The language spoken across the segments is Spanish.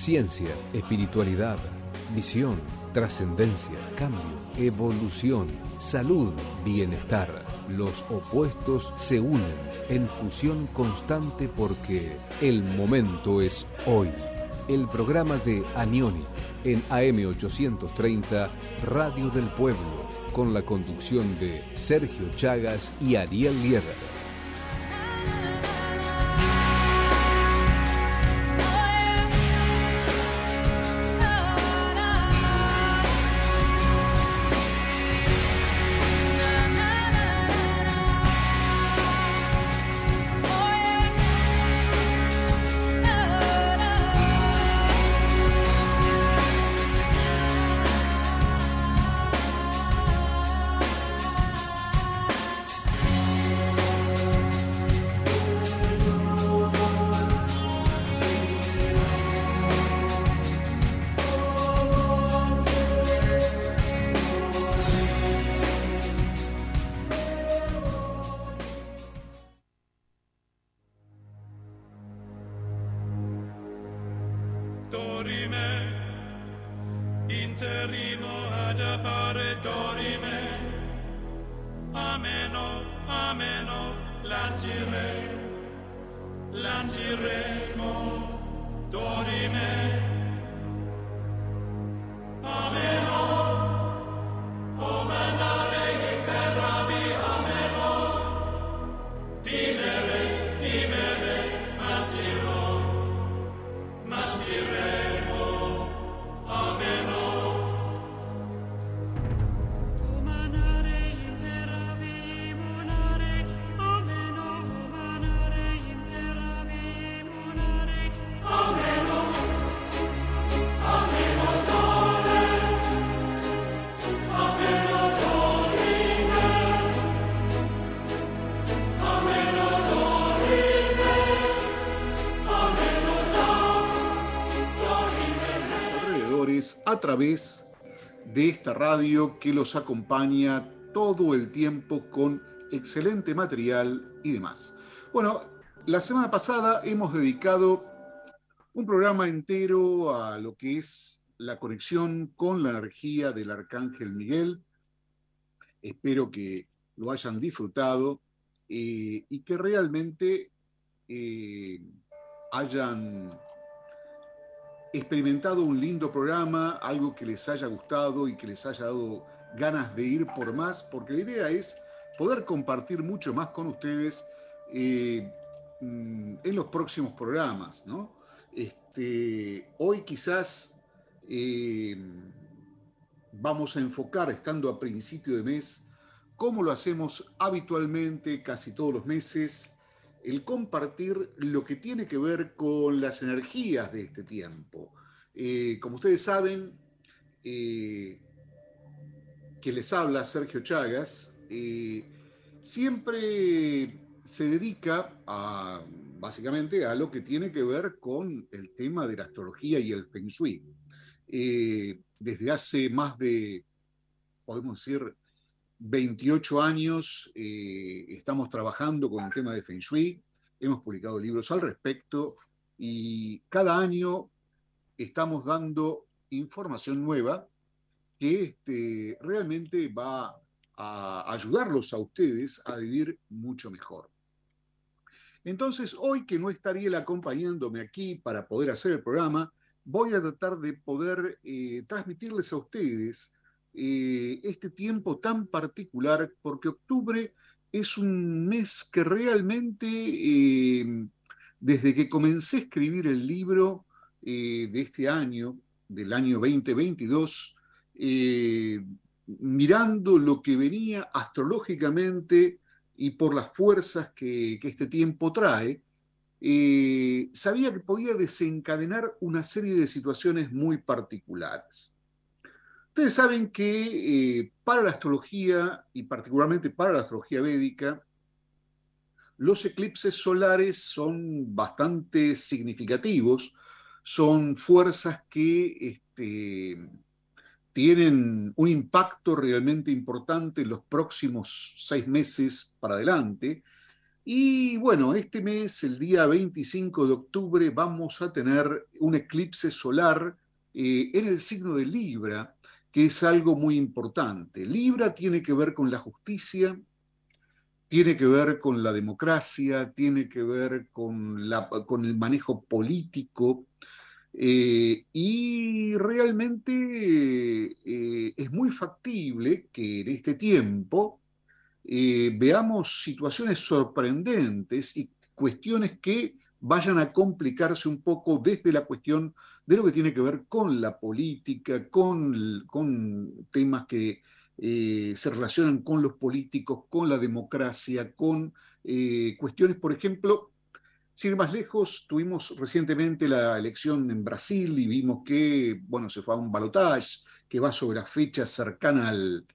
Ciencia, espiritualidad, visión, trascendencia, cambio, evolución, salud, bienestar. Los opuestos se unen en fusión constante porque el momento es hoy. El programa de Anionic en AM830 Radio del Pueblo, con la conducción de Sergio Chagas y Ariel Lierra. A través de esta radio que los acompaña todo el tiempo con excelente material y demás. Bueno, la semana pasada hemos dedicado un programa entero a lo que es la conexión con la energía del Arcángel Miguel. Espero que lo hayan disfrutado y que realmente hayan experimentado un lindo programa, algo que les haya gustado y que les haya dado ganas de ir por más, porque la idea es poder compartir mucho más con ustedes en los próximos programas, ¿no? Hoy quizás vamos a enfocar, estando a principio de mes, como lo hacemos habitualmente casi todos los meses, el compartir lo que tiene que ver con las energías de este tiempo. Como ustedes saben, que les habla Sergio Chagas, siempre se dedica básicamente a lo que tiene que ver con el tema de la astrología y el Feng Shui. Desde hace más de, podemos decir, 28 años estamos trabajando con el tema de Feng Shui, hemos publicado libros al respecto y cada año estamos dando información nueva que realmente va a ayudarlos a ustedes a vivir mucho mejor. Entonces, hoy que no estaría él acompañándome aquí para poder hacer el programa, voy a tratar de poder transmitirles a ustedes este tiempo tan particular, porque octubre es un mes que realmente, desde que comencé a escribir el libro de este año, del año 2022, mirando lo que venía astrológicamente y por las fuerzas que este tiempo trae, sabía que podía desencadenar una serie de situaciones muy particulares. Ustedes saben que para la astrología, y particularmente para la astrología védica, los eclipses solares son bastante significativos, son fuerzas que tienen un impacto realmente importante en los próximos 6 meses para adelante, Y bueno, este mes, el día 25 de octubre, vamos a tener un eclipse solar en el signo de Libra, que es algo muy importante. Libra tiene que ver con la justicia, tiene que ver con la democracia, tiene que ver con el manejo político, y realmente es muy factible que en este tiempo veamos situaciones sorprendentes y cuestiones que vayan a complicarse un poco desde la cuestión de lo que tiene que ver con la política, con temas que se relacionan con los políticos, con la democracia, con cuestiones, por ejemplo, sin ir más lejos, tuvimos recientemente la elección en Brasil y vimos que, bueno, se fue a un balotaje que va sobre la fecha cercana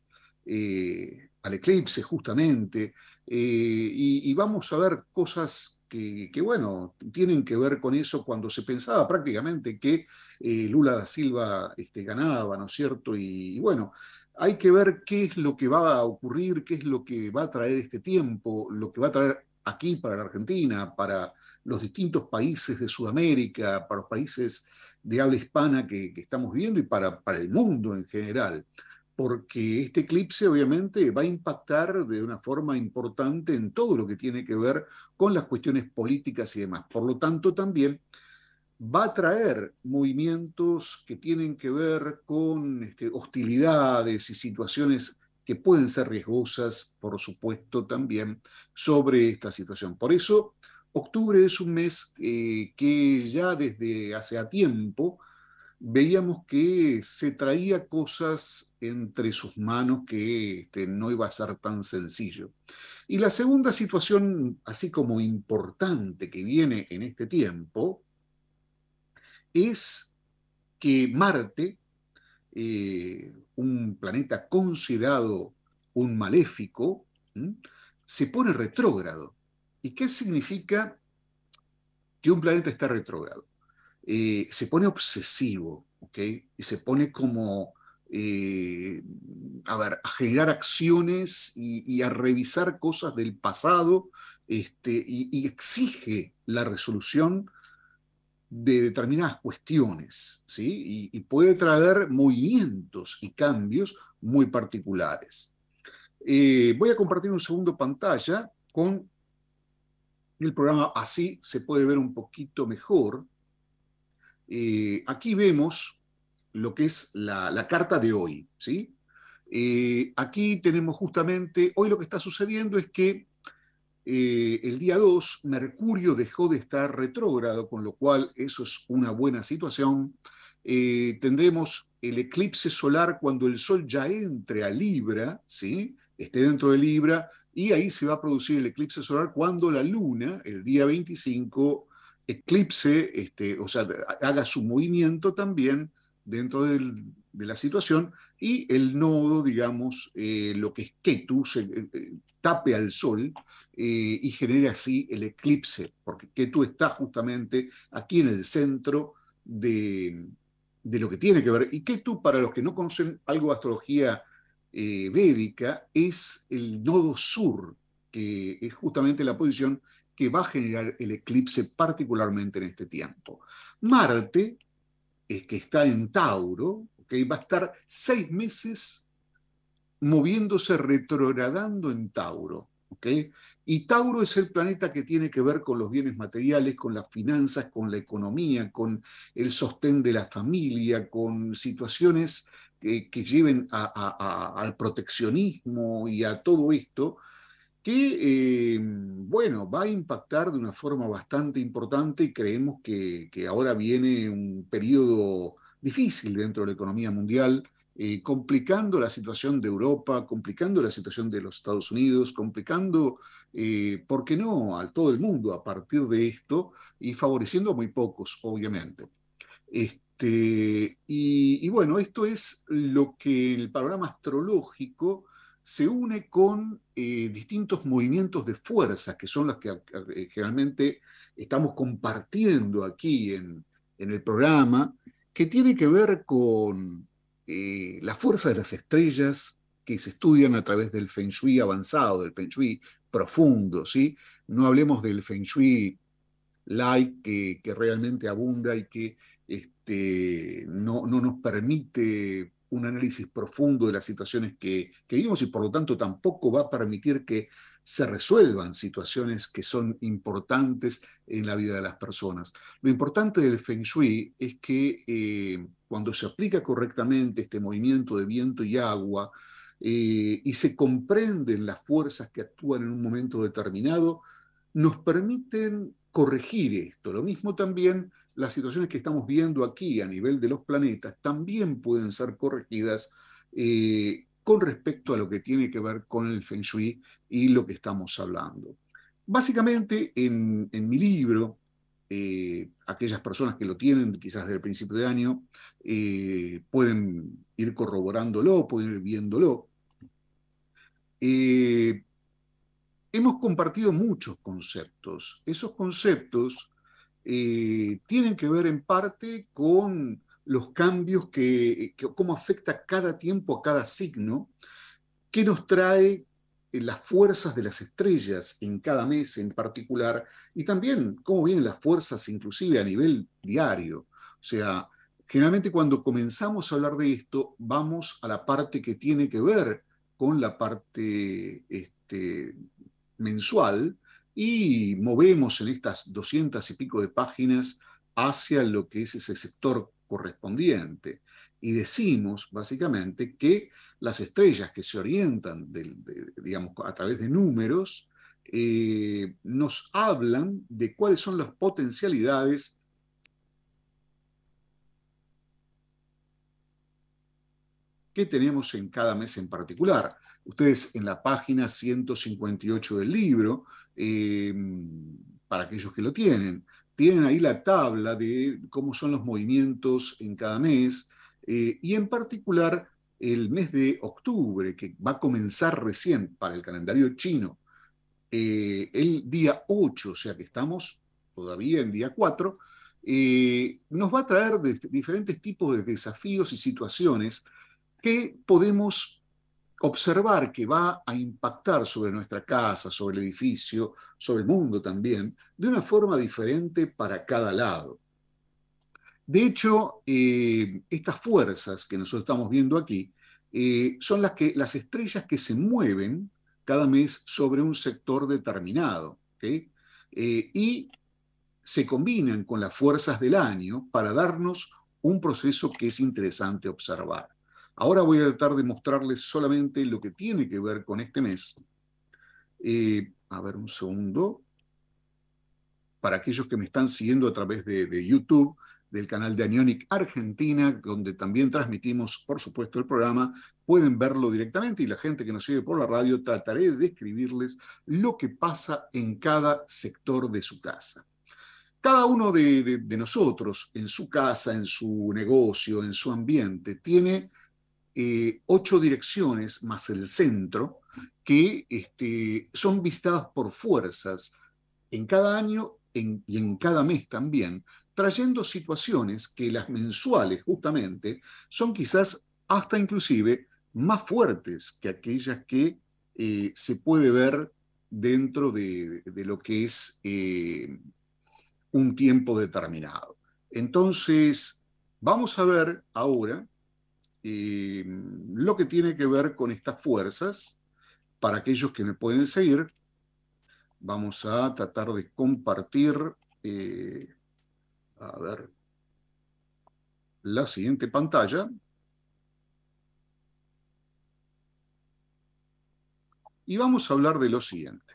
al eclipse, justamente. Y vamos a ver cosas que, bueno, tienen que ver con eso cuando se pensaba prácticamente que Lula da Silva ganaba, ¿no es cierto? Y bueno, hay que ver qué es lo que va a ocurrir, qué es lo que va a traer este tiempo, lo que va a traer aquí para la Argentina, para los distintos países de Sudamérica, para los países de habla hispana que estamos viendo y para el mundo en general, porque este eclipse obviamente va a impactar de una forma importante en todo lo que tiene que ver con las cuestiones políticas y demás. Por lo tanto, también va a traer movimientos que tienen que ver con hostilidades y situaciones que pueden ser riesgosas, por supuesto, también sobre esta situación. Por eso, octubre es un mes que ya desde hace tiempo veíamos que se traía cosas entre sus manos que no iba a ser tan sencillo. Y la segunda situación, así como importante que viene en este tiempo, es que Marte, un planeta considerado un maléfico, ¿m? Se pone retrógrado. ¿Y qué significa que un planeta está retrógrado? Se pone obsesivo, ¿ok? Y se pone como, eh, a generar acciones y a revisar cosas del pasado, y exige la resolución de determinadas cuestiones, ¿sí? Y puede traer movimientos y cambios muy particulares. Voy a compartir un segundo pantalla con el programa, así se puede ver un poquito mejor. Aquí vemos lo que es la carta de hoy, ¿sí? Aquí tenemos justamente, hoy lo que está sucediendo es que el día 2, Mercurio dejó de estar retrógrado, con lo cual eso es una buena situación. Tendremos el eclipse solar cuando el Sol ya entre a Libra, ¿sí? Esté dentro de Libra, y ahí se va a producir el eclipse solar cuando la Luna, el día 25, eclipse, o sea, haga su movimiento también dentro de la situación, y el nodo, digamos, lo que es Ketu, tape al Sol, y genere así el eclipse, porque Ketu está justamente aquí en el centro de lo que tiene que ver. Y Ketu, para los que no conocen algo de astrología védica, es el nodo sur, que es justamente la posición que va a generar el eclipse particularmente en este tiempo. Marte, que está en Tauro, ¿okay? Va a estar 6 meses moviéndose, retrogradando en Tauro. ¿Okay? Y Tauro es el planeta que tiene que ver con los bienes materiales, con las finanzas, con la economía, con el sostén de la familia, con situaciones que lleven al proteccionismo y a todo esto, que, bueno, va a impactar de una forma bastante importante, y creemos que ahora viene un periodo difícil dentro de la economía mundial, complicando la situación de Europa, complicando la situación de los Estados Unidos, complicando, ¿por qué no?, a todo el mundo a partir de esto, y favoreciendo a muy pocos, obviamente. Y bueno, esto es lo que el panorama astrológico se une con distintos movimientos de fuerza, que son los que generalmente estamos compartiendo aquí en el programa, que tiene que ver con la fuerza de las estrellas, que se estudian a través del Feng Shui avanzado, del Feng Shui profundo, ¿sí? No hablemos del Feng Shui light que realmente abunda y que no nos permite un análisis profundo de las situaciones que vivimos y por lo tanto tampoco va a permitir que se resuelvan situaciones que son importantes en la vida de las personas. Lo importante del Feng Shui es que cuando se aplica correctamente este movimiento de viento y agua y se comprenden las fuerzas que actúan en un momento determinado, nos permiten corregir esto. Lo mismo también las situaciones que estamos viendo aquí a nivel de los planetas también pueden ser corregidas con respecto a lo que tiene que ver con el Feng Shui y lo que estamos hablando. Básicamente, en mi libro, aquellas personas que lo tienen quizás desde el principio de año pueden ir corroborándolo, pueden ir viéndolo. Hemos compartido muchos conceptos. Esos conceptos tienen que ver en parte con los cambios cómo afecta cada tiempo a cada signo, qué nos trae las fuerzas de las estrellas en cada mes en particular, y también cómo vienen las fuerzas inclusive a nivel diario. O sea, generalmente cuando comenzamos a hablar de esto, vamos a la parte que tiene que ver con la parte mensual y movemos en estas 200 y pico de páginas hacia lo que es ese sector correspondiente. Y decimos básicamente que las estrellas que se orientan digamos, a través de números nos hablan de cuáles son las potencialidades que tenemos en cada mes en particular. Ustedes en la página 158 del libro, para aquellos que lo tienen ahí la tabla de cómo son los movimientos en cada mes, y en particular el mes de octubre, que va a comenzar recién para el calendario chino, el día 8, o sea que estamos todavía en día 4, nos va a traer diferentes tipos de desafíos y situaciones que podemos observar que va a impactar sobre nuestra casa, sobre el edificio, sobre el mundo también, de una forma diferente para cada lado. De hecho, estas fuerzas que nosotros estamos viendo aquí son las estrellas que se mueven cada mes sobre un sector determinado, ¿okay? Y se combinan con las fuerzas del año para darnos un proceso que es interesante observar. Ahora voy a tratar de mostrarles solamente lo que tiene que ver con este mes. A ver, un segundo. Para aquellos que me están siguiendo a través de YouTube, del canal de Anionic Argentina, donde también transmitimos, por supuesto, el programa, pueden verlo directamente, y la gente que nos sigue por la radio, trataré de describirles lo que pasa en cada sector de su casa. Cada uno de nosotros, en su casa, en su negocio, en su ambiente, tiene 8 direcciones más el centro que son visitadas por fuerzas en cada año y en cada mes también, trayendo situaciones que las mensuales justamente son quizás hasta inclusive más fuertes que aquellas que se puede ver dentro de lo que es un tiempo determinado. Entonces, vamos a ver ahora lo que tiene que ver con estas fuerzas. Para aquellos que me pueden seguir, vamos a tratar de compartir a ver, la siguiente pantalla. Y vamos a hablar de lo siguiente.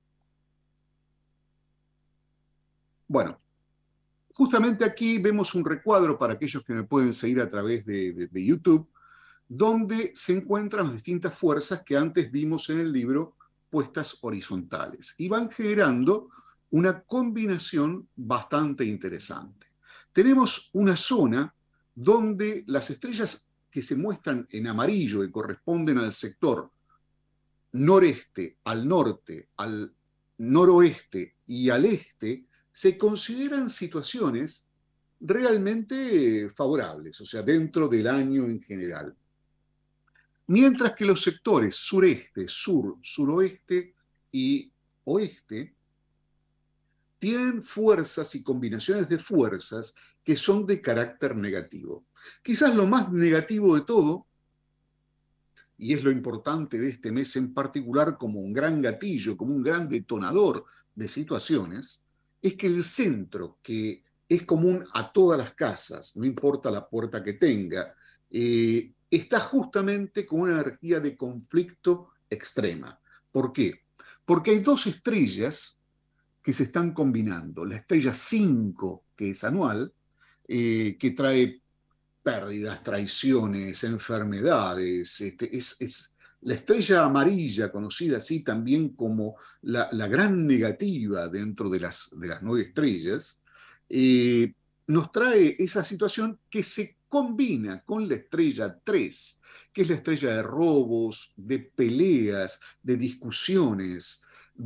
Bueno, justamente aquí vemos un recuadro para aquellos que me pueden seguir a través de YouTube, donde se encuentran las distintas fuerzas que antes vimos en el libro puestas horizontales y van generando una combinación bastante interesante. Tenemos una zona donde las estrellas que se muestran en amarillo y corresponden al sector noreste, al norte, al noroeste y al este, se consideran situaciones realmente favorables, o sea, dentro del año en general. Mientras que los sectores sureste, sur, suroeste y oeste tienen fuerzas y combinaciones de fuerzas que son de carácter negativo. Quizás lo más negativo de todo, y es lo importante de este mes en particular como un gran gatillo, como un gran detonador de situaciones, es que el centro, que es común a todas las casas, no importa la puerta que tenga, está justamente con una energía de conflicto extrema. ¿Por qué? Porque hay dos estrellas que se están combinando. La estrella 5, que es anual, que trae pérdidas, traiciones, enfermedades. Es la estrella amarilla, conocida así también como la gran negativa dentro de las 9 estrellas, nos trae esa situación que se combina con la estrella 3, que es la estrella de robos, de peleas, de discusiones,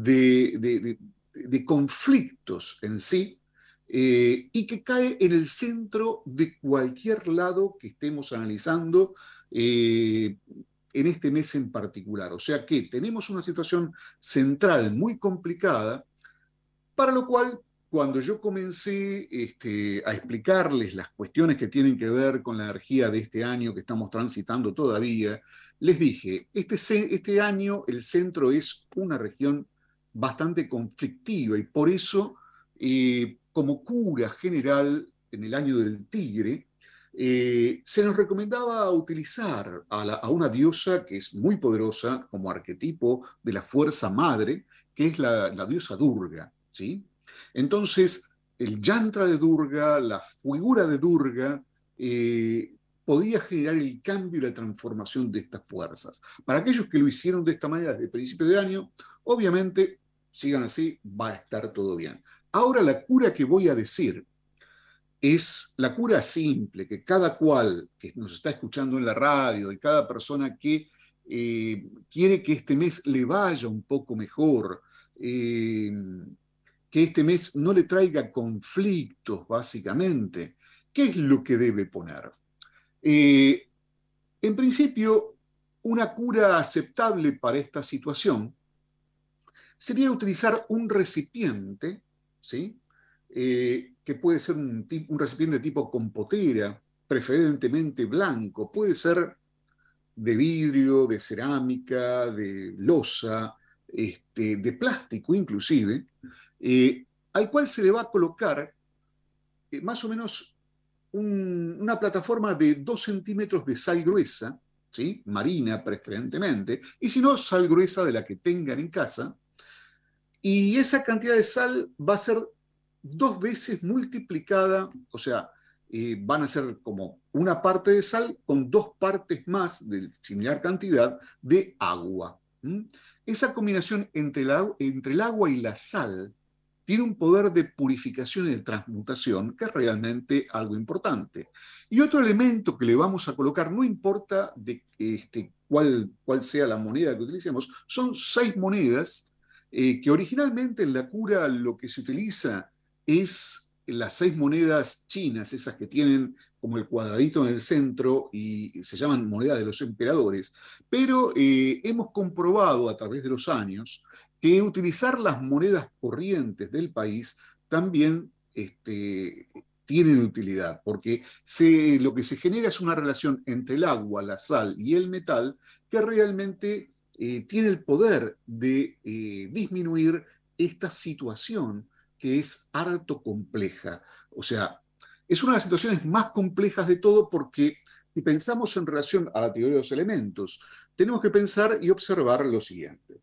de conflictos en sí, y que cae en el centro de cualquier lado que estemos analizando en este mes en particular. O sea que tenemos una situación central muy complicada, para lo cual, cuando yo comencé a explicarles las cuestiones que tienen que ver con la energía de este año que estamos transitando todavía, les dije, este año el centro es una región bastante conflictiva y por eso, como cura general en el año del tigre, se nos recomendaba utilizar a una diosa que es muy poderosa como arquetipo de la fuerza madre, que es la diosa Durga, ¿sí? Entonces, el yantra de Durga, la figura de Durga, podía generar el cambio y la transformación de estas fuerzas. Para aquellos que lo hicieron de esta manera desde el principio de año, obviamente, sigan así, va a estar todo bien. Ahora la cura que voy a decir es la cura simple, que cada cual que nos está escuchando en la radio, de cada persona que quiere que este mes le vaya un poco mejor, que este mes no le traiga conflictos, básicamente. ¿Qué es lo que debe poner? En principio, una cura aceptable para esta situación sería utilizar un recipiente, ¿sí? Que puede ser un recipiente tipo compotera, preferentemente blanco, puede ser de vidrio, de cerámica, de loza, de plástico inclusive, al cual se le va a colocar más o menos una plataforma de 2 centímetros de sal gruesa, ¿sí? Marina preferentemente, y si no, sal gruesa de la que tengan en casa, y esa cantidad de sal va a ser 2 veces multiplicada, o sea, van a ser como una parte de sal con 2 partes más de similar cantidad de agua. Esa combinación entre el agua y la sal tiene un poder de purificación y de transmutación que es realmente algo importante. Y otro elemento que le vamos a colocar, no importa cuál sea la moneda que utilicemos, son 6 monedas que originalmente en la cura lo que se utiliza es las 6 monedas chinas, esas que tienen como el cuadradito en el centro y se llaman monedas de los emperadores, pero hemos comprobado a través de los años que utilizar las monedas corrientes del país también tienen utilidad, porque lo que se genera es una relación entre el agua, la sal y el metal que realmente tiene el poder de disminuir esta situación que es harto compleja. O sea, es una de las situaciones más complejas de todo porque si pensamos en relación a la teoría de los elementos, tenemos que pensar y observar lo siguiente.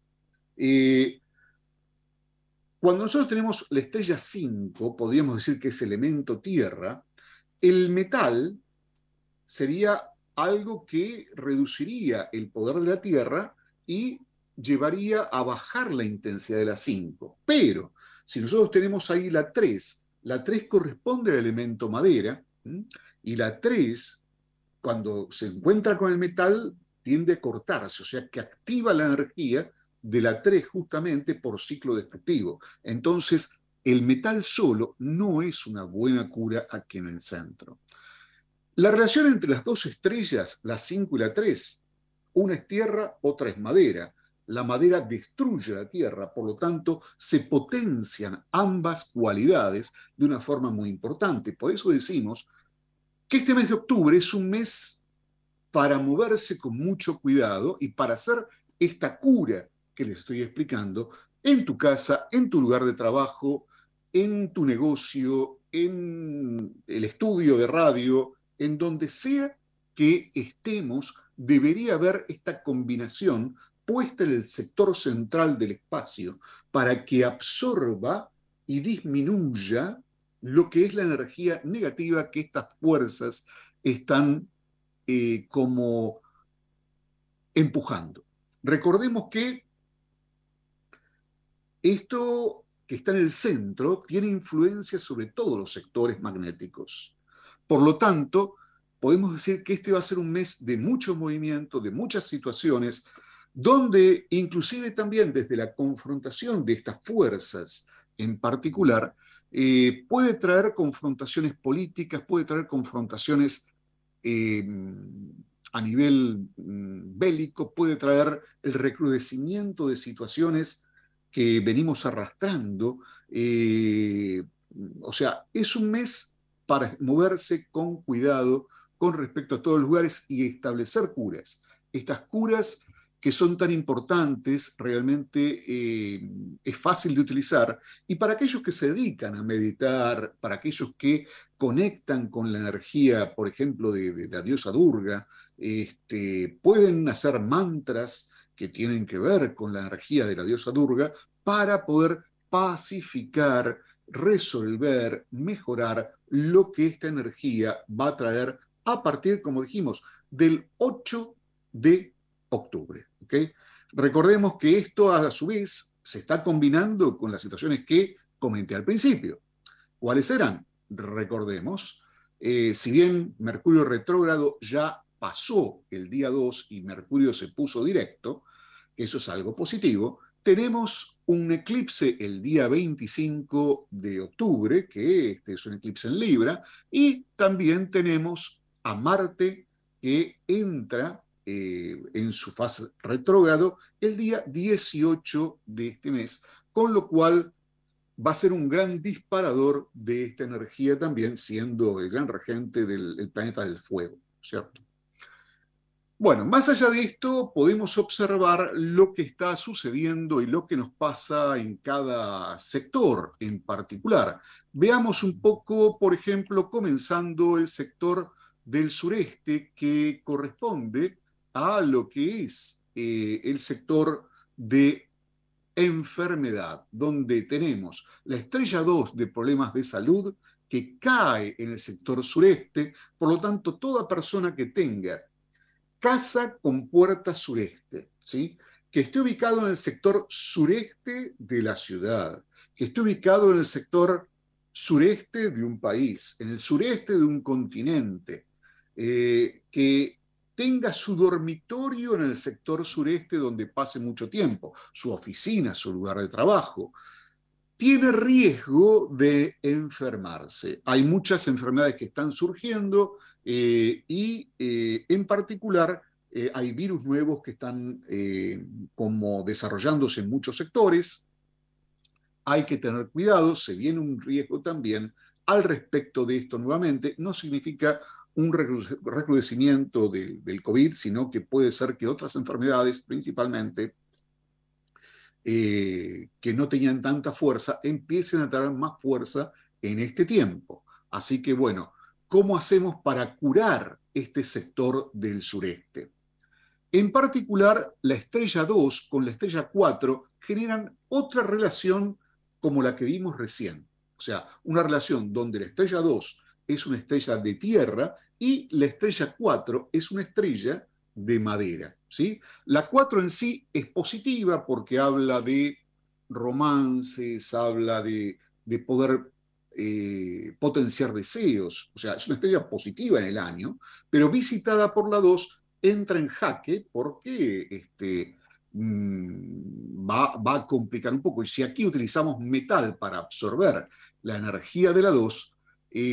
Cuando nosotros tenemos la estrella 5, podríamos decir que es elemento tierra, el metal sería algo que reduciría el poder de la tierra y llevaría a bajar la intensidad de la 5. Pero si nosotros tenemos ahí la 3 corresponde al elemento madera, y la 3, cuando se encuentra con el metal, tiende a cortarse, o sea que activa la energía de la 3 justamente por ciclo destructivo. Entonces, el metal solo no es una buena cura aquí en el centro. La relación entre las 2 estrellas, la 5 y la 3, Una es tierra, otra es madera. La madera destruye la tierra, por lo tanto, se potencian ambas cualidades de una forma muy importante. Por eso decimos que este mes de octubre es un mes para moverse con mucho cuidado y para hacer esta cura que les estoy explicando en tu casa, en tu lugar de trabajo, en tu negocio, en el estudio de radio, en donde sea que estemos, debería haber esta combinación puesta en el sector central del espacio para que absorba y disminuya lo que es la energía negativa que estas fuerzas están como empujando. Recordemos que esto que está en el centro tiene influencia sobre todos los sectores magnéticos. Por lo tanto, podemos decir que este va a ser un mes de mucho movimiento, de muchas situaciones, donde inclusive también desde la confrontación de estas fuerzas en particular, puede traer confrontaciones políticas, puede traer confrontaciones eh, a nivel bélico, puede traer el recrudecimiento de situaciones que venimos arrastrando. O sea, es un mes para moverse con cuidado con respecto a todos los lugares y establecer curas. Estas curas que son tan importantes, realmente es fácil de utilizar. Y para aquellos que se dedican a meditar, para aquellos que conectan con la energía, por ejemplo, de la diosa Durga, pueden hacer mantras que tienen que ver con la energía de la diosa Durga para poder pacificar, resolver, mejorar lo que esta energía va a traer a partir, como dijimos, del 8 de octubre. ¿Okay? Recordemos que esto a su vez se está combinando con las situaciones que comenté al principio. ¿Cuáles eran? Recordemos, si bien Mercurio retrógrado ya pasó el día 2 y Mercurio se puso directo, eso es algo positivo, tenemos un eclipse el día 25 de octubre, que es un eclipse en Libra, y también tenemos a Marte que entra en su fase retrógrado el día 18 de este mes, con lo cual va a ser un gran disparador de esta energía también, siendo el gran regente del planeta del fuego, ¿cierto? Bueno, más allá de esto, podemos observar lo que está sucediendo y lo que nos pasa en cada sector en particular. Veamos un poco, por ejemplo, comenzando el sector del sureste, que corresponde a lo que es el sector de enfermedad, donde tenemos la estrella 2 de problemas de salud que cae en el sector sureste. Por lo tanto, toda persona que tenga casa con puerta sureste, ¿sí? Que esté ubicado en el sector sureste de la ciudad, que esté ubicado en el sector sureste de un país, en el sureste de un continente, que tenga su dormitorio en el sector sureste donde pase mucho tiempo, su oficina, su lugar de trabajo, tiene riesgo de enfermarse. Hay muchas enfermedades que están surgiendo y en particular hay virus nuevos que están como desarrollándose en muchos sectores. Hay que tener cuidado, se viene un riesgo también al respecto de esto nuevamente. No significa un recrudecimiento del COVID, sino que puede ser que otras enfermedades, principalmente, que no tenían tanta fuerza, empiecen a tener más fuerza en este tiempo. Así que bueno, ¿cómo hacemos para curar este sector del sureste? En particular, la estrella 2 con la estrella 4 generan otra relación como la que vimos recién. O sea, una relación donde la estrella 2 es una estrella de tierra y la estrella 4 es una estrella de madera, ¿sí? La 4 en sí es positiva porque habla de romances, habla de poder potenciar deseos, o sea, es una estrella positiva en el año, pero visitada por la 2 entra en jaque porque va a complicar un poco. Y si aquí utilizamos metal para absorber la energía de la 2,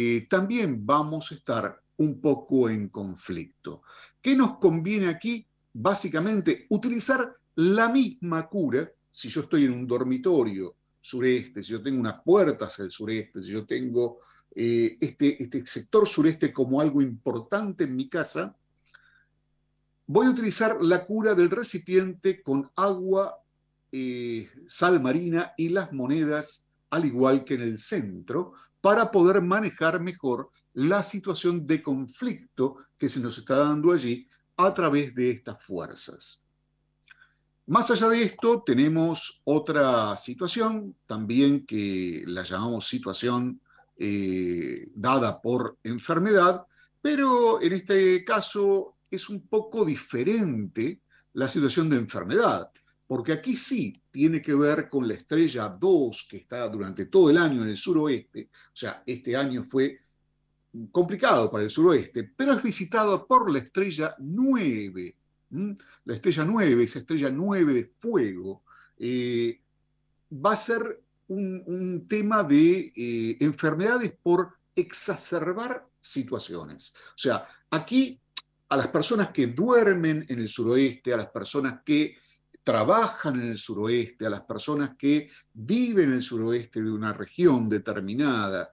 también vamos a estar un poco en conflicto. ¿Qué nos conviene aquí? básicamente utilizar la misma cura. Si yo estoy en un dormitorio sureste, si yo tengo unas puertas hacia el sureste, si yo tengo este sector sureste como algo importante en mi casa, voy a utilizar la cura del recipiente con agua, sal marina y las monedas, al igual que en el centro, para poder manejar mejor la situación de conflicto que se nos está dando allí a través de estas fuerzas. Más allá de esto, tenemos otra situación, también que la llamamos situación dada por enfermedad, pero en este caso es un poco diferente la situación de enfermedad, porque aquí sí tiene que ver con la estrella 2, que está durante todo el año en el suroeste. O sea, este año fue complicado para el suroeste, pero es visitada por la estrella 9. La estrella 9, esa estrella 9 de fuego, va a ser un tema de enfermedades por exacerbar situaciones. O sea, aquí a las personas que duermen en el suroeste, a las personas que trabajan en el suroeste, a las personas que viven en el suroeste de una región determinada,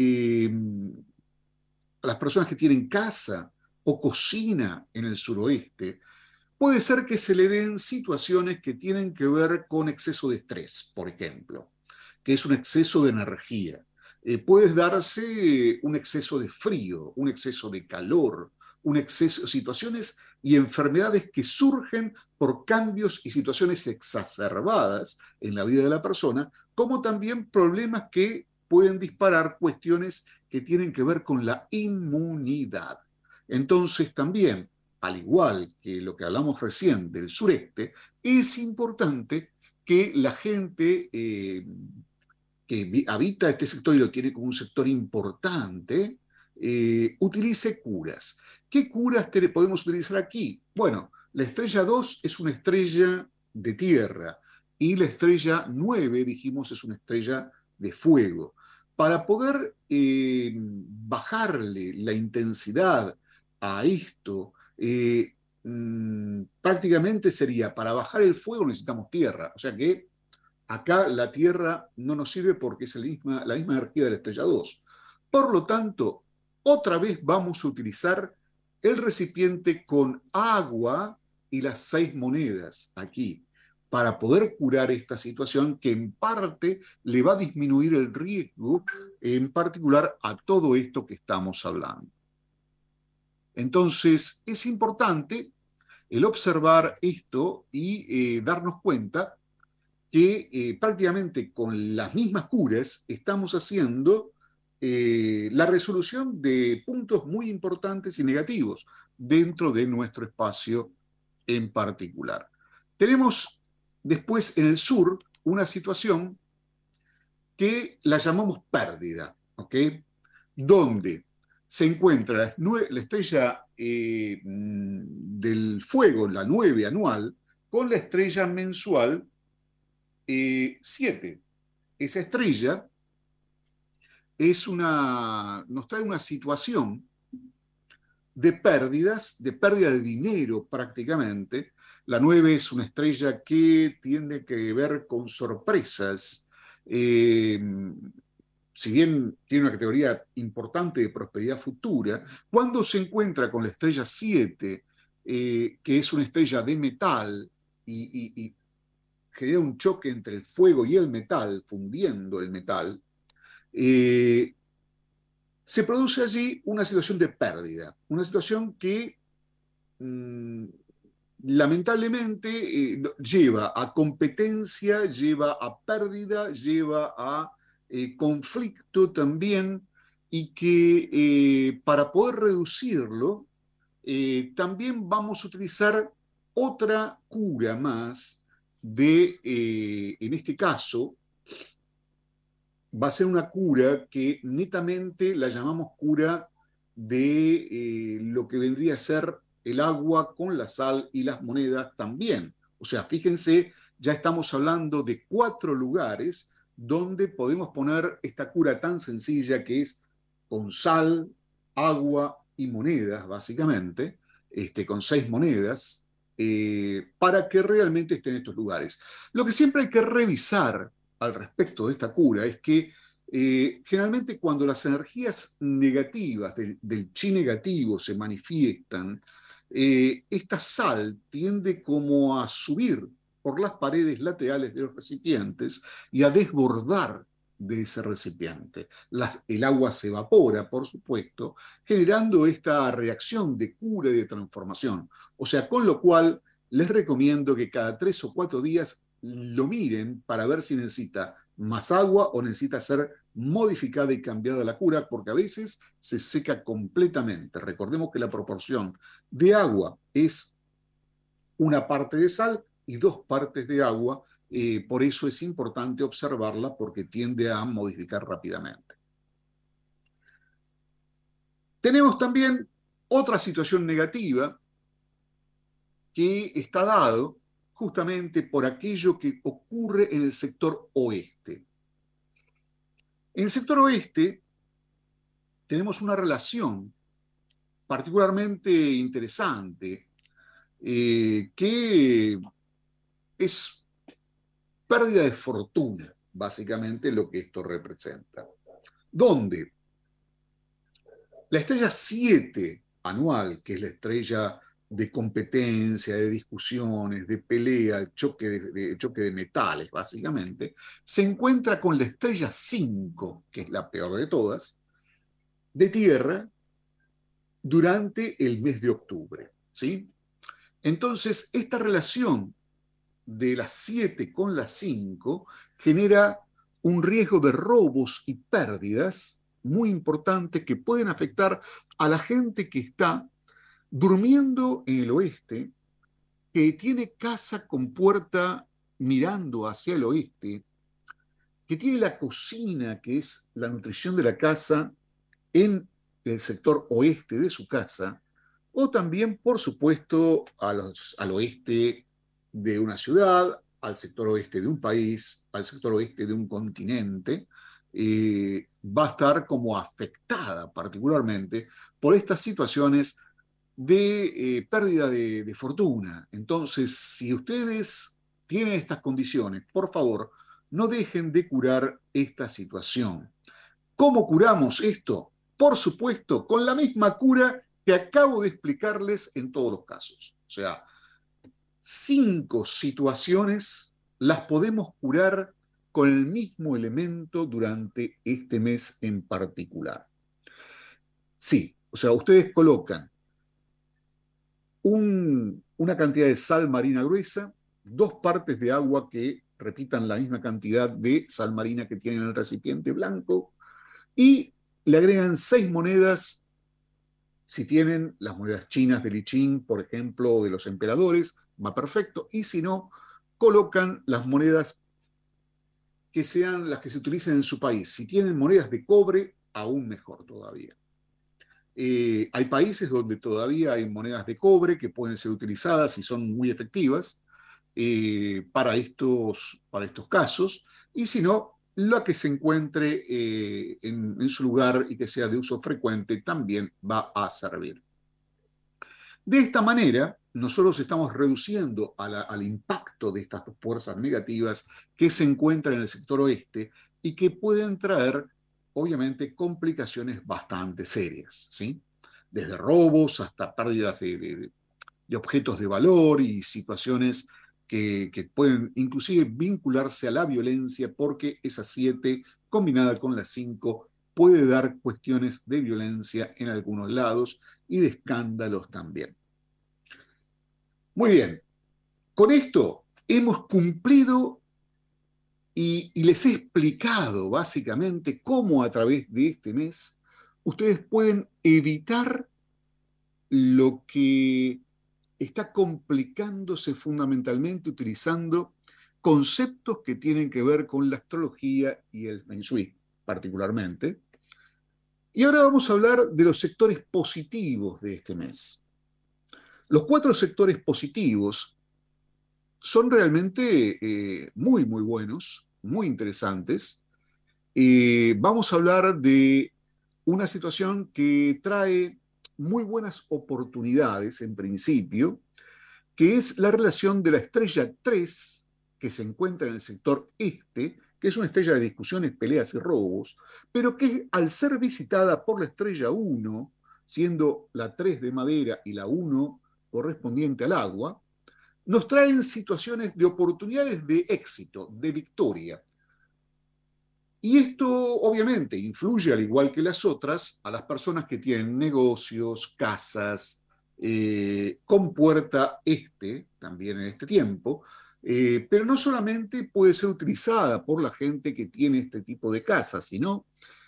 a las personas que tienen casa o cocina en el suroeste, puede ser que se le den situaciones que tienen que ver con exceso de estrés, por ejemplo, que es un exceso de energía. Puede darse un exceso de frío, un exceso de calor, un exceso, situaciones y enfermedades que surgen por cambios y situaciones exacerbadas en la vida de la persona, como también problemas que pueden disparar cuestiones que tienen que ver con la inmunidad. Entonces también, al igual que lo que hablamos recién del sureste, es importante que la gente que habita este sector y lo tiene como un sector importante, utilice curas. ¿Qué curas podemos utilizar aquí? Bueno, la estrella 2 es una estrella de tierra y la estrella 9, dijimos, es una estrella de fuego. Para poder bajarle la intensidad a esto, prácticamente sería, para bajar el fuego necesitamos tierra, o sea que acá la tierra no nos sirve porque es la misma energía de la estrella 2. Por lo tanto, otra vez vamos a utilizar el recipiente con agua y las 6 monedas aquí para poder curar esta situación que en parte le va a disminuir el riesgo, en particular a todo esto que estamos hablando. Entonces, es importante el observar esto y darnos cuenta que prácticamente con las mismas curas estamos haciendo la resolución de puntos muy importantes y negativos dentro de nuestro espacio en particular. Tenemos después en el sur una situación que la llamamos pérdida, ¿ok? Donde se encuentra la estrella del fuego, la 9 anual, con la estrella mensual 7. Esa estrella nos trae una situación de pérdidas, de pérdida de dinero prácticamente. La 9 es una estrella que tiene que ver con sorpresas. Si bien tiene una categoría importante de prosperidad futura, cuando se encuentra con la estrella 7, que es una estrella de metal y genera un choque entre el fuego y el metal, fundiendo el metal, se produce allí una situación de pérdida, una situación que lamentablemente lleva a competencia, lleva a pérdida, lleva a conflicto también, y que para poder reducirlo, también vamos a utilizar otra cura más en este caso, va a ser una cura que netamente la llamamos cura de lo que vendría a ser el agua con la sal y las monedas también. O sea, fíjense, ya estamos hablando de 4 lugares donde podemos poner esta cura tan sencilla que es con sal, agua y monedas, básicamente, con 6 monedas, para que realmente estén en estos lugares. Lo que siempre hay que revisar al respecto de esta cura es que generalmente cuando las energías negativas del chi negativo se manifiestan, esta sal tiende como a subir por las paredes laterales de los recipientes y a desbordar de ese recipiente. El agua se evapora, por supuesto, generando esta reacción de cura y de transformación. O sea, con lo cual les recomiendo que cada 3 o 4 días lo miren para ver si necesita más agua o necesita ser modificada y cambiada la cura, porque a veces se seca completamente. Recordemos que la proporción de agua es 1 parte de sal y 2 partes de agua. Por eso es importante observarla porque tiende a modificar rápidamente. Tenemos también otra situación negativa que está dado justamente por aquello que ocurre en el sector oeste. En el sector oeste tenemos una relación particularmente interesante que es pérdida de fortuna, básicamente lo que esto representa. Donde la estrella 7 anual, que es la estrella de competencia, de discusiones, de pelea, choque de metales, básicamente, se encuentra con la estrella 5, que es la peor de todas, de tierra, durante el mes de octubre, ¿sí? Entonces, esta relación de las 7 con las 5 genera un riesgo de robos y pérdidas muy importantes que pueden afectar a la gente que está durmiendo en el oeste, que tiene casa con puerta mirando hacia el oeste, que tiene la cocina, que es la nutrición de la casa, en el sector oeste de su casa, o también, por supuesto, al oeste de una ciudad, al sector oeste de un país, al sector oeste de un continente, va a estar como afectada particularmente por estas situaciones de pérdida de fortuna. Entonces, si ustedes tienen estas condiciones, por favor, no dejen de curar esta situación. ¿Cómo curamos esto? Por supuesto, con la misma cura que acabo de explicarles en todos los casos. O sea, 5 situaciones las podemos curar con el mismo elemento durante este mes en particular. Sí, o sea, ustedes colocan una cantidad de sal marina gruesa, 2 partes de agua que repitan la misma cantidad de sal marina que tienen en el recipiente blanco, y le agregan 6 monedas, si tienen las monedas chinas de Lichín, por ejemplo, o de los emperadores, va perfecto, y si no, colocan las monedas que sean las que se utilicen en su país. Si tienen monedas de cobre, aún mejor todavía. Hay países donde todavía hay monedas de cobre que pueden ser utilizadas y son muy efectivas para estos casos, y si no, la que se encuentre en su lugar y que sea de uso frecuente también va a servir. De esta manera, nosotros estamos reduciendo al impacto de estas fuerzas negativas que se encuentran en el sector oeste y que pueden traer, obviamente, complicaciones bastante serias, ¿sí? Desde robos hasta pérdidas de objetos de valor y situaciones que pueden inclusive vincularse a la violencia, porque esa 7 combinada con la 5 puede dar cuestiones de violencia en algunos lados y de escándalos también. Muy bien, con esto hemos cumplido y les he explicado básicamente cómo a través de este mes ustedes pueden evitar lo que está complicándose fundamentalmente utilizando conceptos que tienen que ver con la astrología y el Feng Shui particularmente. Y ahora vamos a hablar de los sectores positivos de este mes. Los 4 sectores positivos son realmente muy, muy buenos, muy interesantes. Vamos a hablar de una situación que trae muy buenas oportunidades en principio, que es la relación de la estrella 3, que se encuentra en el sector este, que es una estrella de discusiones, peleas y robos, pero que al ser visitada por la estrella 1, siendo la 3 de madera y la 1 correspondiente al agua, nos traen situaciones de oportunidades de éxito, de victoria. Y esto obviamente influye, al igual que las otras, a las personas que tienen negocios, casas, con puerta este, también en este tiempo, pero no solamente puede ser utilizada por la gente que tiene este tipo de casas, sino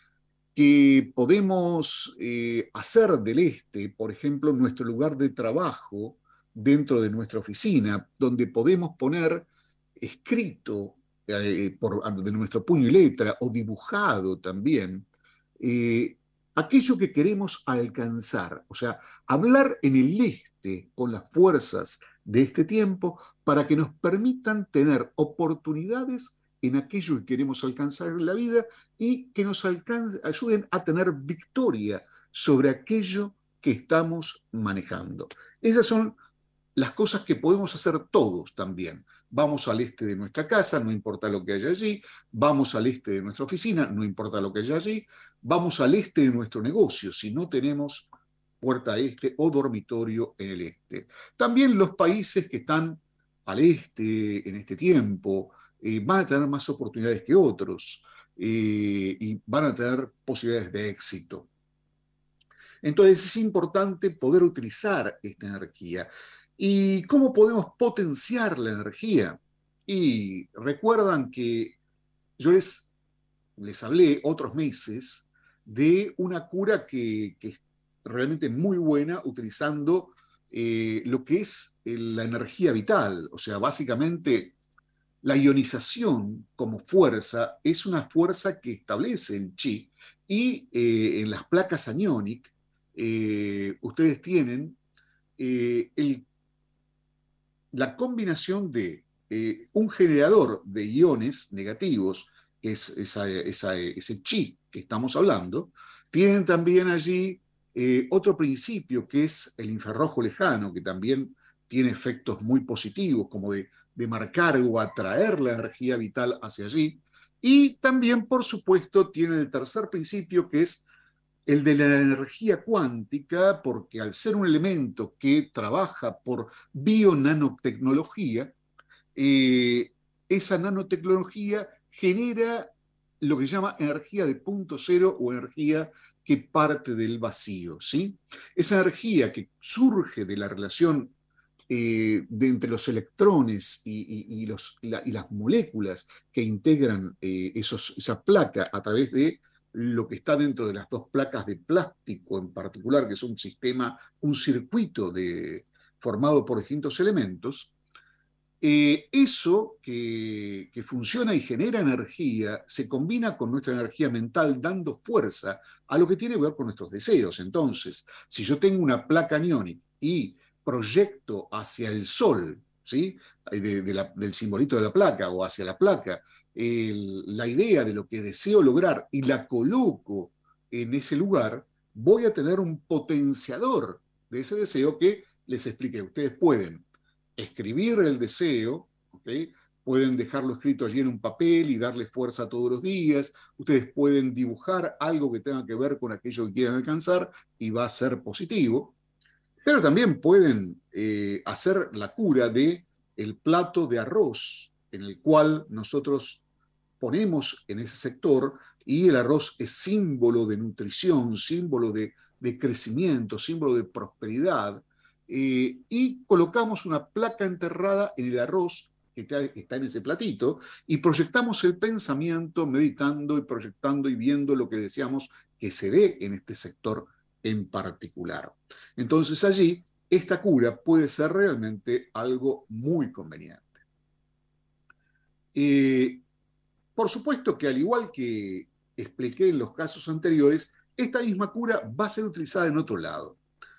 que podemos hacer del este, por ejemplo, nuestro lugar de trabajo dentro de nuestra oficina, donde podemos poner escrito de nuestro puño y letra o dibujado también eh, aquello que queremos alcanzar, o sea, hablar en el este con las fuerzas de este tiempo para que nos permitan tener oportunidades en aquello que queremos alcanzar en la vida y que nos ayuden a tener victoria sobre aquello que estamos manejando. Esas son las cosas que podemos hacer todos también. Vamos al este de nuestra casa, no importa lo que haya allí. Vamos al este de nuestra oficina, no importa lo que haya allí. Vamos al este de nuestro negocio, si no tenemos puerta este o dormitorio en el este. También los países que están al este en este tiempo van a tener más oportunidades que otros y van a tener posibilidades de éxito. Entonces es importante poder utilizar esta energía. ¿Y cómo podemos potenciar la energía? Y recuerdan que yo les hablé otros meses de una cura que es realmente muy buena utilizando lo que es la energía vital. O sea, básicamente la ionización como fuerza es una fuerza que establece el chi y en las placas anionic ustedes tienen la combinación de un generador de iones negativos, que es ese chi que estamos hablando. Tienen también allí otro principio que es el infrarrojo lejano, que también tiene efectos muy positivos, como de marcar o atraer la energía vital hacia allí. Y también, por supuesto, tiene el tercer principio, que es el de la energía cuántica, porque al ser un elemento que trabaja por bio-nanotecnología, esa nanotecnología genera lo que se llama energía de punto cero o energía que parte del vacío, ¿sí? Esa energía que surge de la relación entre los electrones y las moléculas que integran esa placa a través de lo que está dentro de las dos placas de plástico en particular, que es un sistema, un circuito formado por distintos elementos. Eso que funciona y genera energía se combina con nuestra energía mental, dando fuerza a lo que tiene que ver con nuestros deseos. Entonces, si yo tengo una placa aniónica y proyecto hacia el sol, ¿sí? Del simbolito de la placa o hacia la placa, la idea de lo que deseo lograr y la coloco en ese lugar, voy a tener un potenciador de ese deseo que les expliqué. Ustedes pueden escribir el deseo, ¿okay? Pueden dejarlo escrito allí en un papel y darle fuerza todos los días. Ustedes pueden dibujar algo que tenga que ver con aquello que quieran alcanzar y va a ser positivo. Pero también pueden hacer la cura de el plato de arroz en el cual nosotros ponemos en ese sector, y el arroz es símbolo de nutrición, símbolo de crecimiento, símbolo de prosperidad, y colocamos una placa enterrada en el arroz que está en ese platito y proyectamos el pensamiento meditando y proyectando y viendo lo que deseamos que se dé en este sector en particular. Entonces allí esta cura puede ser realmente algo muy conveniente. Por supuesto que al igual que expliqué en los casos anteriores, esta misma cura va a ser utilizada en otro lado.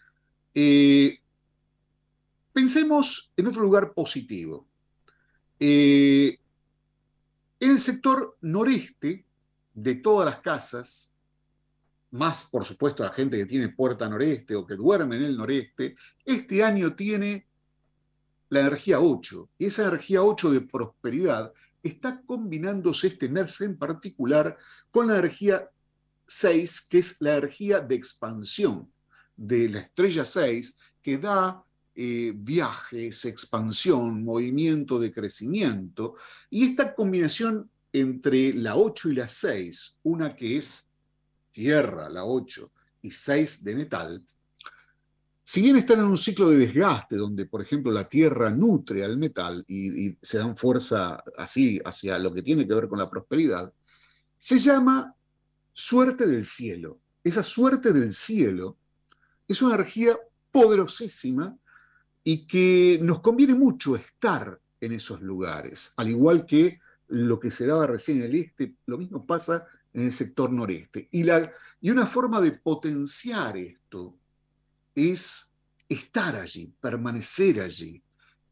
Pensemos en otro lugar positivo. En el sector noreste de todas las casas, más por supuesto la gente que tiene puerta noreste o que duerme en el noreste, este año tiene la energía 8. Y esa energía 8 de prosperidad está combinándose este mes en particular con la energía 6, que es la energía de expansión de la estrella 6, que da viajes, expansión, movimiento de crecimiento. Y esta combinación entre la 8 y la 6, una que es tierra, la 8, y 6 de metal, si bien están en un ciclo de desgaste, donde, por ejemplo, la tierra nutre al metal y se dan fuerza así hacia lo que tiene que ver con la prosperidad, se llama suerte del cielo. Esa suerte del cielo es una energía poderosísima y que nos conviene mucho estar en esos lugares, al igual que lo que se daba recién en el este, lo mismo pasa en el sector noreste. Y una forma de potenciar esto es estar allí, permanecer allí,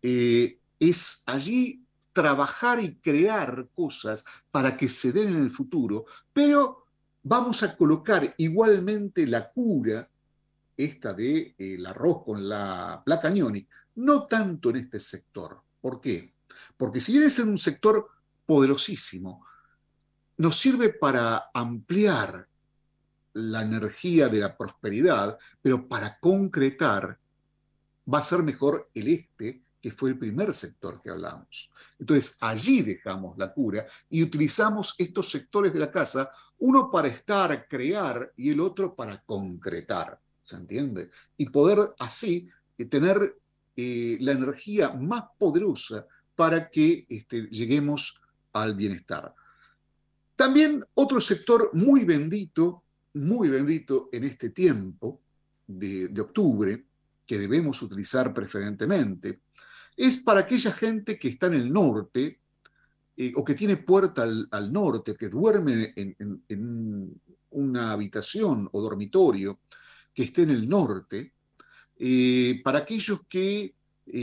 es allí trabajar y crear cosas para que se den en el futuro, pero vamos a colocar igualmente la cura, esta de el arroz con la placa Ionic, no tanto en este sector. ¿Por qué? Porque si bien es en un sector poderosísimo, nos sirve para ampliar la energía de la prosperidad, pero para concretar va a ser mejor el este, que fue el primer sector que hablamos. Entonces, allí dejamos la cura y utilizamos estos sectores de la casa, uno para estar, crear, y el otro para concretar, ¿se entiende? Y poder así tener la energía más poderosa para que lleguemos al bienestar. También otro sector muy bendito en este tiempo de octubre, que debemos utilizar preferentemente, es para aquella gente que está en el norte o que tiene puerta al norte, que duerme en una habitación o dormitorio que esté en el norte, para aquellos que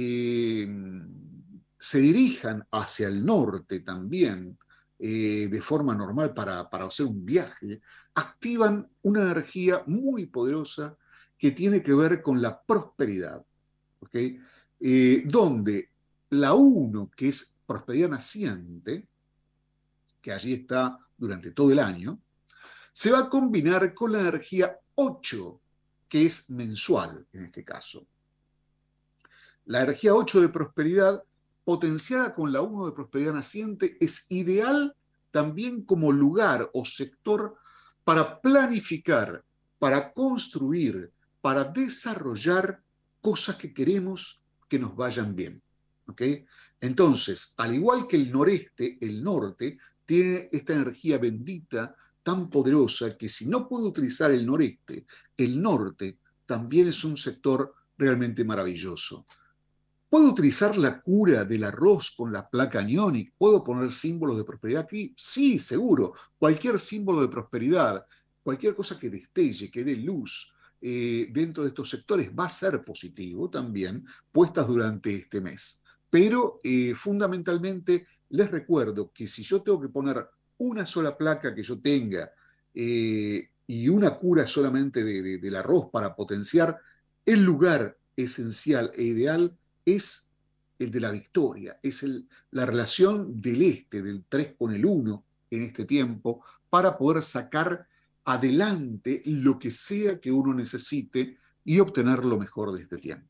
se dirijan hacia el norte también, de forma normal para hacer un viaje, activan una energía muy poderosa que tiene que ver con la prosperidad, ¿okay? Donde la 1, que es prosperidad naciente, que allí está durante todo el año, se va a combinar con la energía 8, que es mensual en este caso. La energía 8 de prosperidad, potenciada con la 1 de prosperidad naciente, es ideal también como lugar o sector para planificar, para construir, para desarrollar cosas que queremos que nos vayan bien. ¿Okay? Entonces, al igual que el noreste, el norte tiene esta energía bendita tan poderosa que si no puedo utilizar el noreste, el norte también es un sector realmente maravilloso. ¿Puedo utilizar la cura del arroz con la placa Ionic? ¿Puedo poner símbolos de prosperidad aquí? Sí, seguro. Cualquier símbolo de prosperidad, cualquier cosa que destelle, que dé luz dentro de estos sectores va a ser positivo también, puestas durante este mes. Pero fundamentalmente les recuerdo que si yo tengo que poner una sola placa que yo tenga y una cura solamente del arroz para potenciar, el lugar esencial e ideal es el de la victoria, es la relación del este, del 3 con el 1 en este tiempo, para poder sacar adelante lo que sea que uno necesite y obtener lo mejor de este tiempo.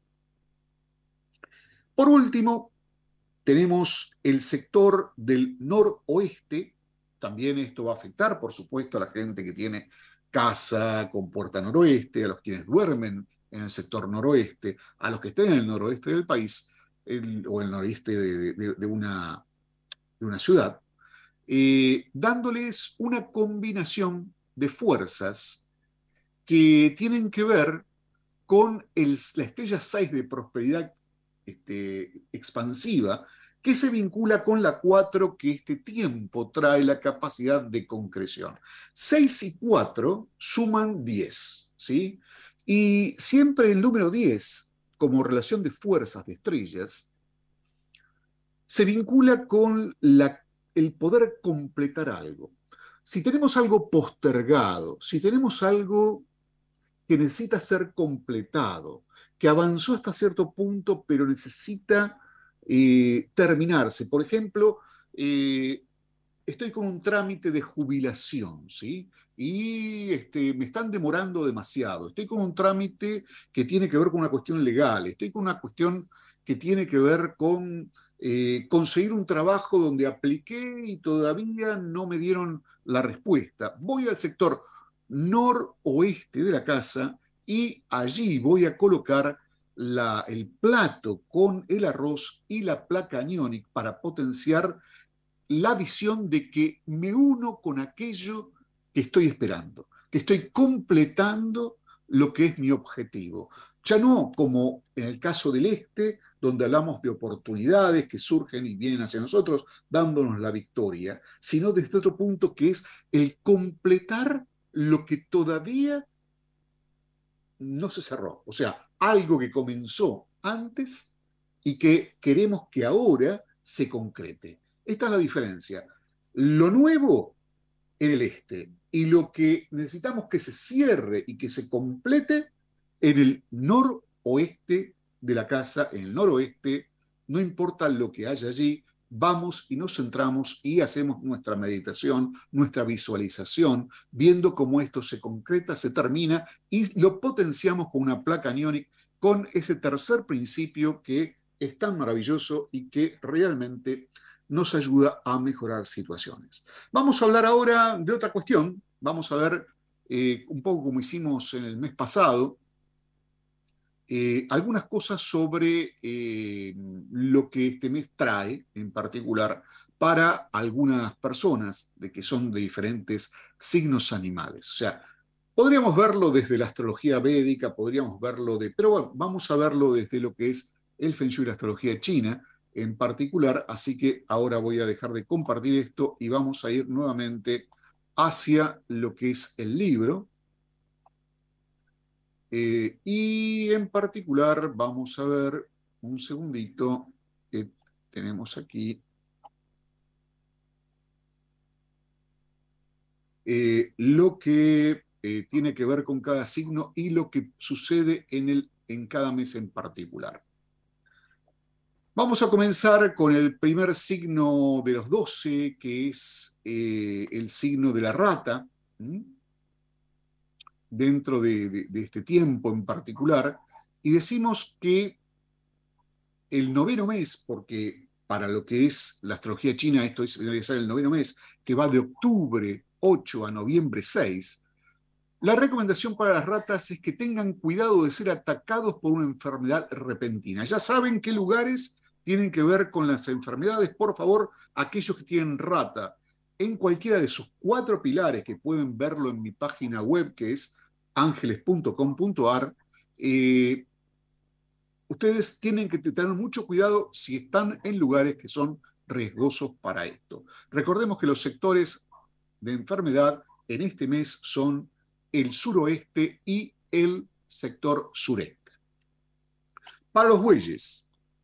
Por último, tenemos el sector del noroeste. También esto va a afectar, por supuesto, a la gente que tiene casa con puerta noroeste, a los quienes duermen en el sector noroeste, a los que estén en el noroeste del país o el noroeste de una ciudad, dándoles una combinación de fuerzas que tienen que ver con la estrella 6 de prosperidad expansiva, que se vincula con la 4, que este tiempo trae la capacidad de concreción. 6 y 4 suman 10, ¿sí? Y siempre el número 10, como relación de fuerzas de estrellas, se vincula con el poder completar algo. Si tenemos algo postergado, si tenemos algo que necesita ser completado, que avanzó hasta cierto punto, pero necesita terminarse. Por ejemplo, estoy con un trámite de jubilación, ¿sí? Y me están demorando demasiado. Estoy con un trámite que tiene que ver con una cuestión legal. Estoy con una cuestión que tiene que ver con conseguir un trabajo donde apliqué y todavía no me dieron la respuesta. Voy al sector noroeste de la casa y allí voy a colocar el plato con el arroz y la placa aniónica para potenciar la visión de que me uno con aquello que estoy esperando, que estoy completando lo que es mi objetivo. Ya no como en el caso del donde hablamos de oportunidades que surgen y vienen hacia nosotros, dándonos la victoria, sino desde otro punto que es el completar lo que todavía no se cerró. O sea, algo que comenzó antes y que queremos que ahora se concrete. Esta es la diferencia. Lo nuevo en el y lo que necesitamos que se cierre y que se complete en el noroeste de la casa, en el noroeste, no importa lo que haya allí, vamos y nos centramos y hacemos nuestra meditación, nuestra visualización, viendo cómo esto se concreta, se termina y lo potenciamos con una placa aniónica, con ese tercer principio que es tan maravilloso y que realmente nos ayuda a mejorar situaciones. Vamos a hablar ahora de otra cuestión. Vamos a ver, un poco como hicimos en el mes pasado, algunas cosas sobre lo que este mes trae en particular para algunas personas que son de diferentes signos animales. O sea, podríamos verlo desde la astrología védica, podríamos verlo pero bueno, vamos a verlo desde lo que es el Feng Shui y la astrología china en particular, así que ahora voy a dejar de compartir esto y vamos a ir nuevamente hacia lo que es el libro. Y en particular vamos a ver un segundito que tenemos aquí. Lo que tiene que ver con cada signo y lo que sucede en cada mes en particular. Vamos a comenzar con el primer signo de los 12, que es el signo de la rata, dentro de este tiempo en particular, y decimos que el noveno mes, porque para lo que es la astrología china, esto debería ser el noveno mes, que va de octubre 8 a noviembre 6, la recomendación para las ratas es que tengan cuidado de ser atacados por una enfermedad repentina. Ya saben qué lugares tienen que ver con las enfermedades. Por favor, aquellos que tienen rata en cualquiera de sus 4 pilares, que pueden verlo en mi página web, que es angeles.com.ar, ustedes tienen que tener mucho cuidado si están en lugares que son riesgosos para esto. Recordemos que los sectores de enfermedad en este mes son el suroeste y el sector sureste. Para los bueyes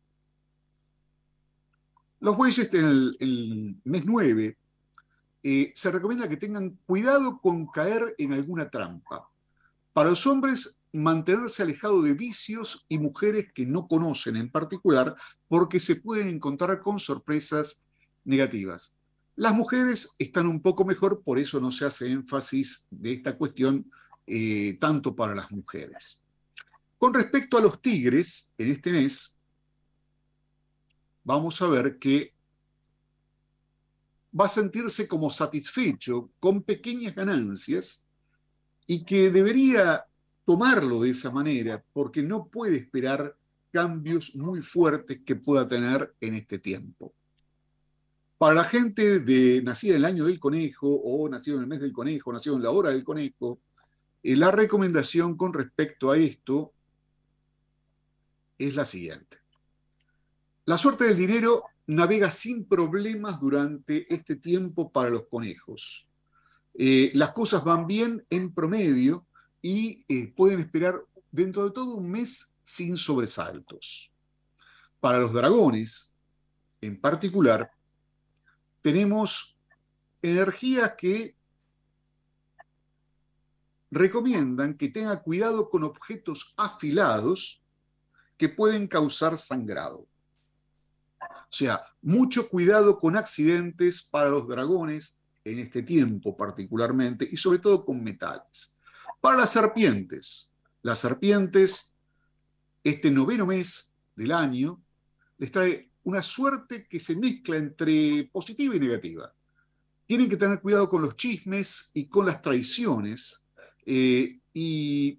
en el mes 9 se recomienda que tengan cuidado con caer en alguna trampa. Para los hombres, mantenerse alejado de vicios y mujeres que no conocen en particular, porque se pueden encontrar con sorpresas negativas. Las mujeres están un poco mejor, por eso no se hace énfasis de esta cuestión tanto para las mujeres. Con respecto a los tigres, en este mes, vamos a ver que va a sentirse como satisfecho con pequeñas ganancias y que debería tomarlo de esa manera porque no puede esperar cambios muy fuertes que pueda tener en este tiempo. Para la gente nacida en el año del conejo o nacido en el mes del conejo, nacido en la hora del conejo, la recomendación con respecto a esto es la siguiente. La suerte del dinero navega sin problemas durante este tiempo para los conejos. Las cosas van bien en promedio y pueden esperar dentro de todo un mes sin sobresaltos. Para los dragones, en particular, tenemos energías que recomiendan que tenga cuidado con objetos afilados que pueden causar sangrado. sea, mucho cuidado con accidentes para los dragones en este tiempo particularmente, y sobre todo con metales. Para las serpientes, este noveno mes del año, les trae una suerte que se mezcla entre positiva y negativa. Tienen que tener cuidado con los chismes y con las traiciones, y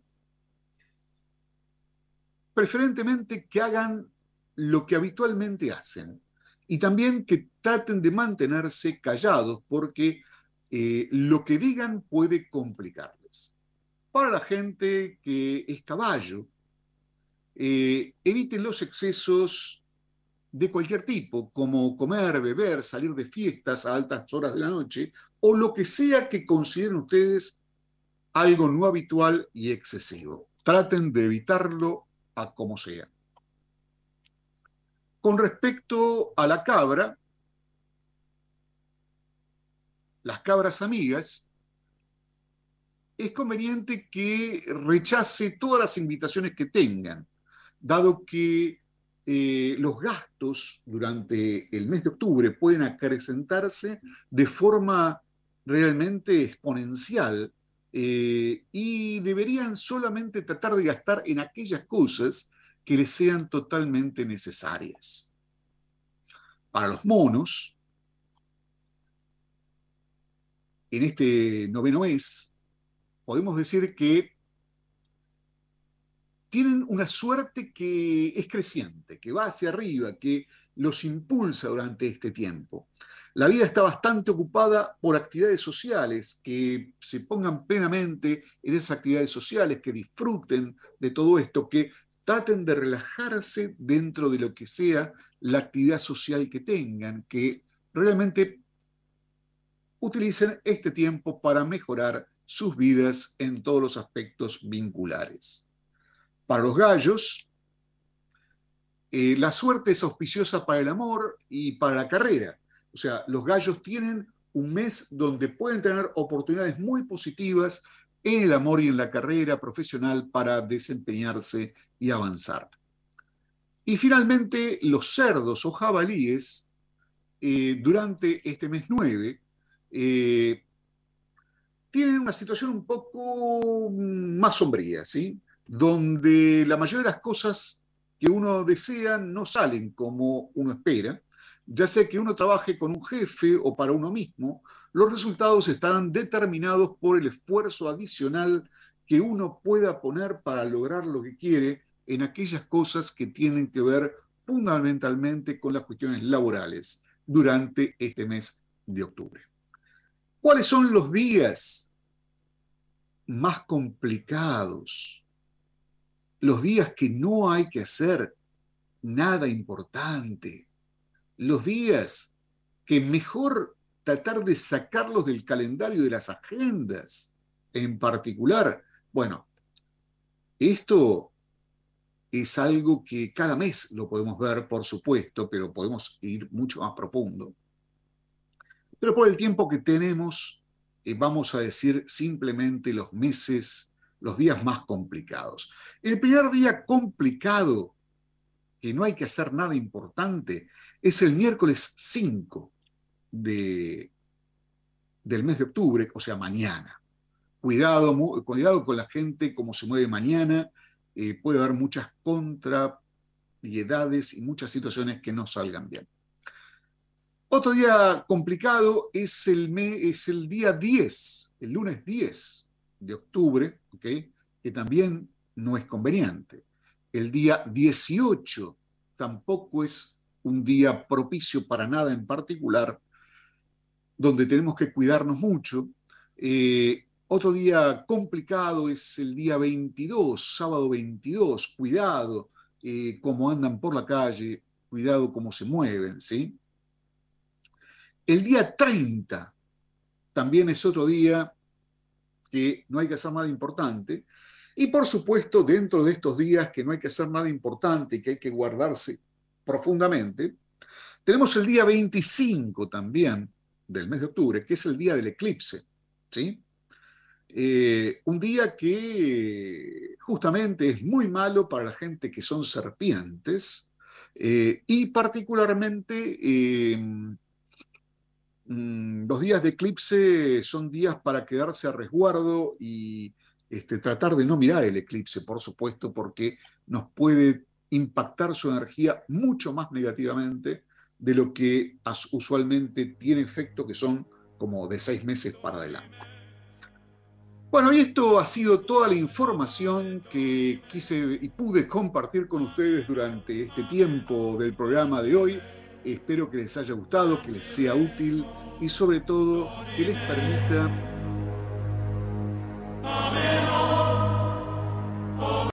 preferentemente que hagan lo que habitualmente hacen. Y también que traten de mantenerse callados porque lo que digan puede complicarles. Para la gente que es caballo, eviten los excesos de cualquier tipo, como comer, beber, salir de fiestas a altas horas de la noche, o lo que sea que consideren ustedes algo no habitual y excesivo. Traten de evitarlo a como sea. Con respecto a la cabra, las cabras amigas, es conveniente que rechace todas las invitaciones que tengan, dado que los gastos durante el mes de octubre pueden acrecentarse de forma realmente exponencial, y deberían solamente tratar de gastar en aquellas cosas que les sean totalmente necesarias. Para los monos, en este noveno mes, podemos decir que tienen una suerte que es creciente, que va hacia arriba, que los impulsa durante este tiempo. La vida está bastante ocupada por actividades sociales, que se pongan plenamente en esas actividades sociales, que disfruten de todo esto, que traten de relajarse dentro de lo que sea la actividad social que tengan, que realmente utilicen este tiempo para mejorar sus vidas en todos los aspectos vinculares. Para los gallos, la suerte es auspiciosa para el amor y para la carrera. O sea, los gallos tienen un mes donde pueden tener oportunidades muy positivas en el amor y en la carrera profesional para desempeñarse y avanzar. Y finalmente, los cerdos o jabalíes, durante este mes 9, tienen una situación un poco más sombría, ¿sí? Donde la mayoría de las cosas que uno desea no salen como uno espera, ya sea que uno trabaje con un jefe o para uno mismo, los resultados estarán determinados por el esfuerzo adicional que uno pueda poner para lograr lo que quiere en aquellas cosas que tienen que ver fundamentalmente con las cuestiones laborales durante este mes de octubre. ¿Cuáles son los días más complicados? Los días que no hay que hacer nada importante. Los días que mejor tratar de sacarlos del calendario de las agendas en particular. Bueno, esto es algo que cada mes lo podemos ver, por supuesto, pero podemos ir mucho más profundo. Pero por el tiempo que tenemos, vamos a decir simplemente los meses, los días más complicados. El primer día complicado, que no hay que hacer nada importante, es el miércoles 5 del mes de octubre, o sea, mañana. Cuidado con la gente, cómo se mueve mañana. Puede haber muchas contrariedades y muchas situaciones que no salgan bien. Otro día complicado es el día 10, el lunes 10 de octubre, ¿okay? Que también no es conveniente. El día 18 tampoco es un día propicio para nada en particular, donde tenemos que cuidarnos mucho. Otro día complicado es el día 22, sábado 22. Cuidado cómo andan por la calle, cuidado cómo se mueven, ¿sí? El día 30 también es otro día que no hay que hacer nada importante. Y por supuesto, dentro de estos días que no hay que hacer nada importante y que hay que guardarse profundamente, tenemos el día 25 también del mes de octubre, que es el día del eclipse, ¿sí? Un día que justamente es muy malo para la gente que son serpientes, Y particularmente los días de eclipse son días para quedarse a resguardo y tratar de no mirar el eclipse, por supuesto, porque nos puede impactar su energía mucho más negativamente de lo que usualmente tiene efecto, que son como de 6 meses para adelante. Bueno, y esto ha sido toda la información que quise y pude compartir con ustedes durante este tiempo del programa de hoy. Espero que les haya gustado, que les sea útil y sobre todo que les permita